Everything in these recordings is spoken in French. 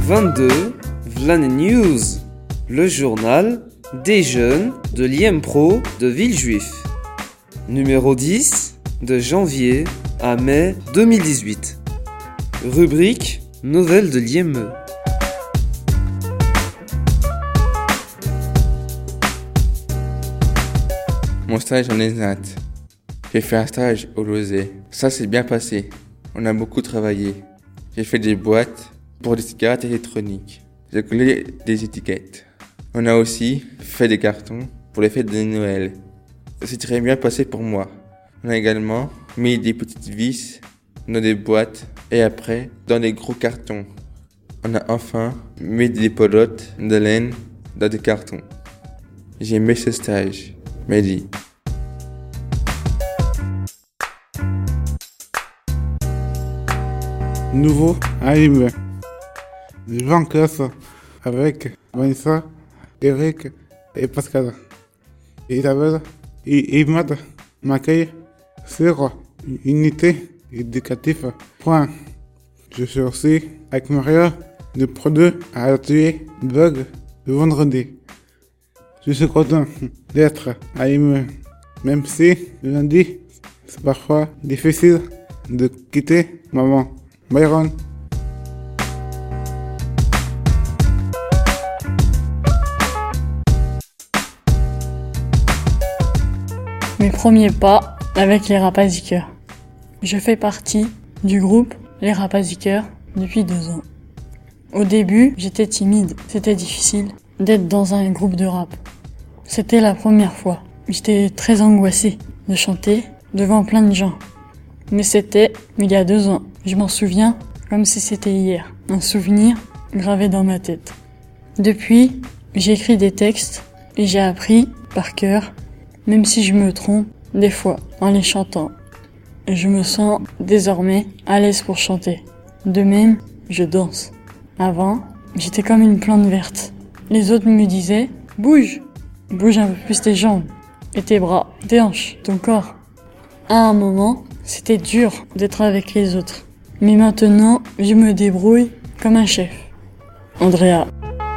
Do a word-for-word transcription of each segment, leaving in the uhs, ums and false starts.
vingt-deux, Vlan News, le journal des jeunes de l'I M Pro de Villejuif. Numéro dix, de janvier à mai deux mille dix-huit. Rubrique Nouvelles de l'I M E. Mon stage en ESNAT. J'ai fait un stage au Lozé. Ça s'est bien passé. On a beaucoup travaillé. J'ai fait des boîtes pour des cigarettes électroniques. J'ai collé des étiquettes. On a aussi fait des cartons pour les fêtes de Noël. Ça s'est très bien passé pour moi. On a également mis des petites vis dans des boîtes et après dans des gros cartons. On a enfin mis des pelotes de laine dans des cartons. J'ai aimé ce stage. Mehdi. Nouveau arrivé. Je vais en classe avec Vanessa, Eric et Pascal. Isabelle et Imad m'accueillent sur unité éducative. Point. Je suis aussi avec Maria de Pro deux à l'atelier Bug le vendredi. Je suis content d'être à I M E, même si le lundi, c'est parfois difficile de quitter maman. Byron. Mes premiers pas avec les Rapaziqueurs. Je fais partie du groupe Les Rapaziqueurs depuis deux ans. Au début, j'étais timide, c'était difficile d'être dans un groupe de rap. C'était la première fois. J'étais très angoissée de chanter devant plein de gens. Mais c'était il y a deux ans. Je m'en souviens comme si c'était hier. Un souvenir gravé dans ma tête. Depuis, j'ai écrit des textes et j'ai appris par cœur, même si je me trompe des fois en les chantant. Je me sens désormais à l'aise pour chanter. De même, je danse. Avant, j'étais comme une plante verte. Les autres me disaient « Bouge !» Bouge un peu plus tes jambes, et tes bras, tes hanches, ton corps. À un moment, c'était dur d'être avec les autres. Mais maintenant, je me débrouille comme un chef. Andrea.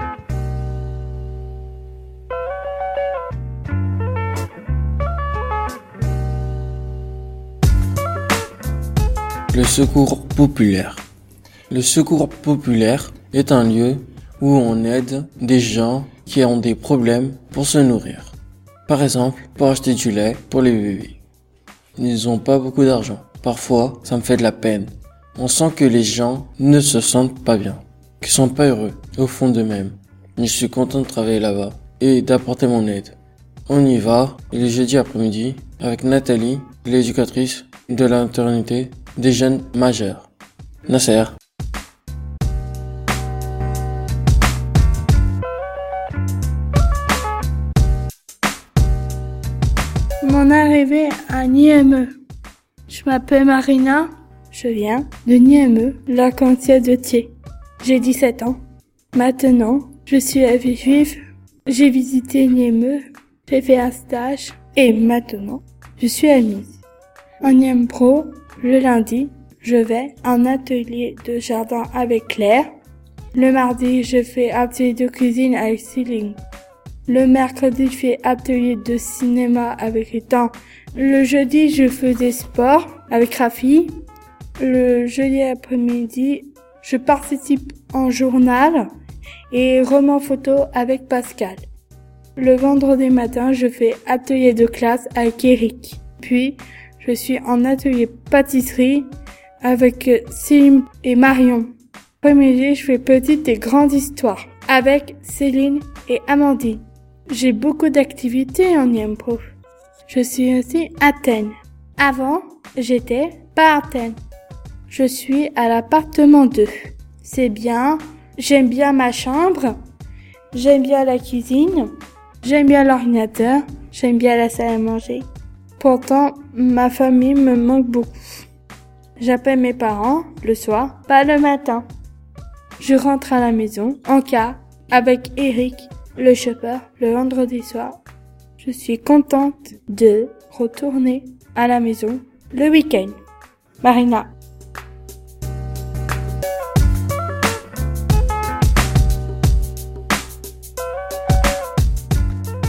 Le secours populaire. Le secours populaire est un lieu où on aide des gens qui ont des problèmes pour se nourrir. Par exemple, pour acheter du lait pour les bébés. Ils n'ont pas beaucoup d'argent. Parfois, ça me fait de la peine. On sent que les gens ne se sentent pas bien, qu'ils sont pas heureux au fond d'eux-mêmes. Mais je suis content de travailler là-bas et d'apporter mon aide. On y va, et le jeudi après-midi, avec Nathalie, l'éducatrice de la maternité des jeunes majeurs. Nasser. Mon arrivée à N I M E. Je m'appelle Marina, je viens de N I M E, la cantine de Thiers. J'ai dix-sept ans. Maintenant, je suis à Villejuif. J'ai visité N I M E, j'ai fait un stage et maintenant, je suis admise. En I M Pro, le lundi, je vais en atelier de jardin avec Claire. Le mardi, je fais atelier de cuisine avec Céline. Le mercredi, je fais atelier de cinéma avec Ethan. Le jeudi, je faisais sport avec Rafi. Le jeudi après-midi, je participe en journal et roman photo avec Pascal. Le vendredi matin, je fais atelier de classe avec Eric. Puis, je suis en atelier pâtisserie avec Céline et Marion. Après-midi, je fais petite et grande histoire avec Céline et Amandine. J'ai beaucoup d'activités en I M Pro. Je suis aussi à Athènes. Avant, j'étais pas à Athènes. Je suis à l'appartement deux. C'est bien. J'aime bien ma chambre. J'aime bien la cuisine. J'aime bien l'ordinateur. J'aime bien la salle à manger. Pourtant, ma famille me manque beaucoup. J'appelle mes parents le soir, pas le matin. Je rentre à la maison en car avec Eric, le chauffeur, le vendredi soir. Je suis contente de retourner à la maison le week-end. Marina.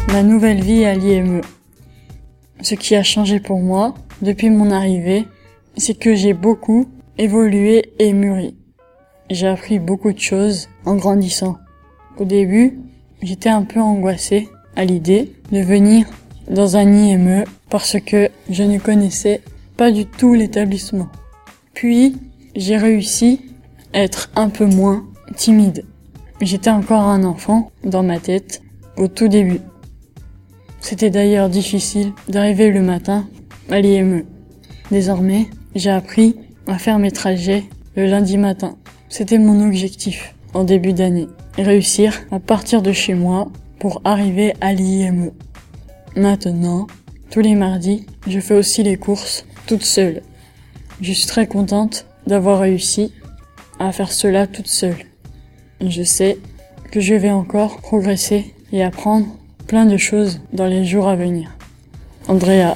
ma nouvelle vie à l'I M E. Ce qui a changé pour moi depuis mon arrivée, c'est que j'ai beaucoup évolué et mûri. J'ai appris beaucoup de choses en grandissant. Au début, j'étais un peu angoissée à l'idée de venir dans un I M E parce que je ne connaissais pas du tout l'établissement. Puis, j'ai réussi à être un peu moins timide. J'étais encore un enfant dans ma tête au tout début. C'était d'ailleurs difficile d'arriver le matin à l'I M E. Désormais, j'ai appris à faire mes trajets le lundi matin. C'était mon objectif en début d'année. Réussir à partir de chez moi pour arriver à l'I M E. Maintenant, tous les mardis, je fais aussi les courses toute seule. Je suis très contente d'avoir réussi à faire cela toute seule. Je sais que je vais encore progresser et apprendre plein de choses dans les jours à venir. Andrea.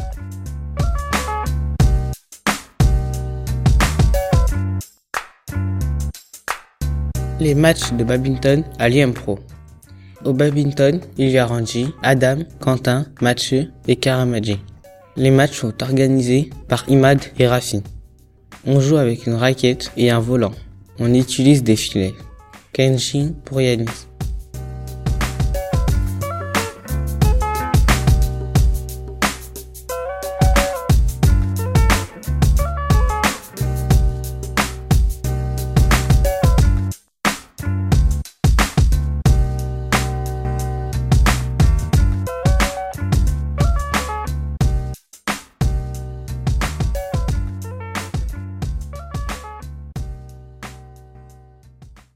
Les matchs de badminton à l'I M Pro. Au badminton, il y a Ranji, Adam, Quentin, Mathieu et Karamadji. Les matchs sont organisés par Imad et Rafi. On joue avec une raquette et un volant. On utilise des filets. Kenshin pour Yanis.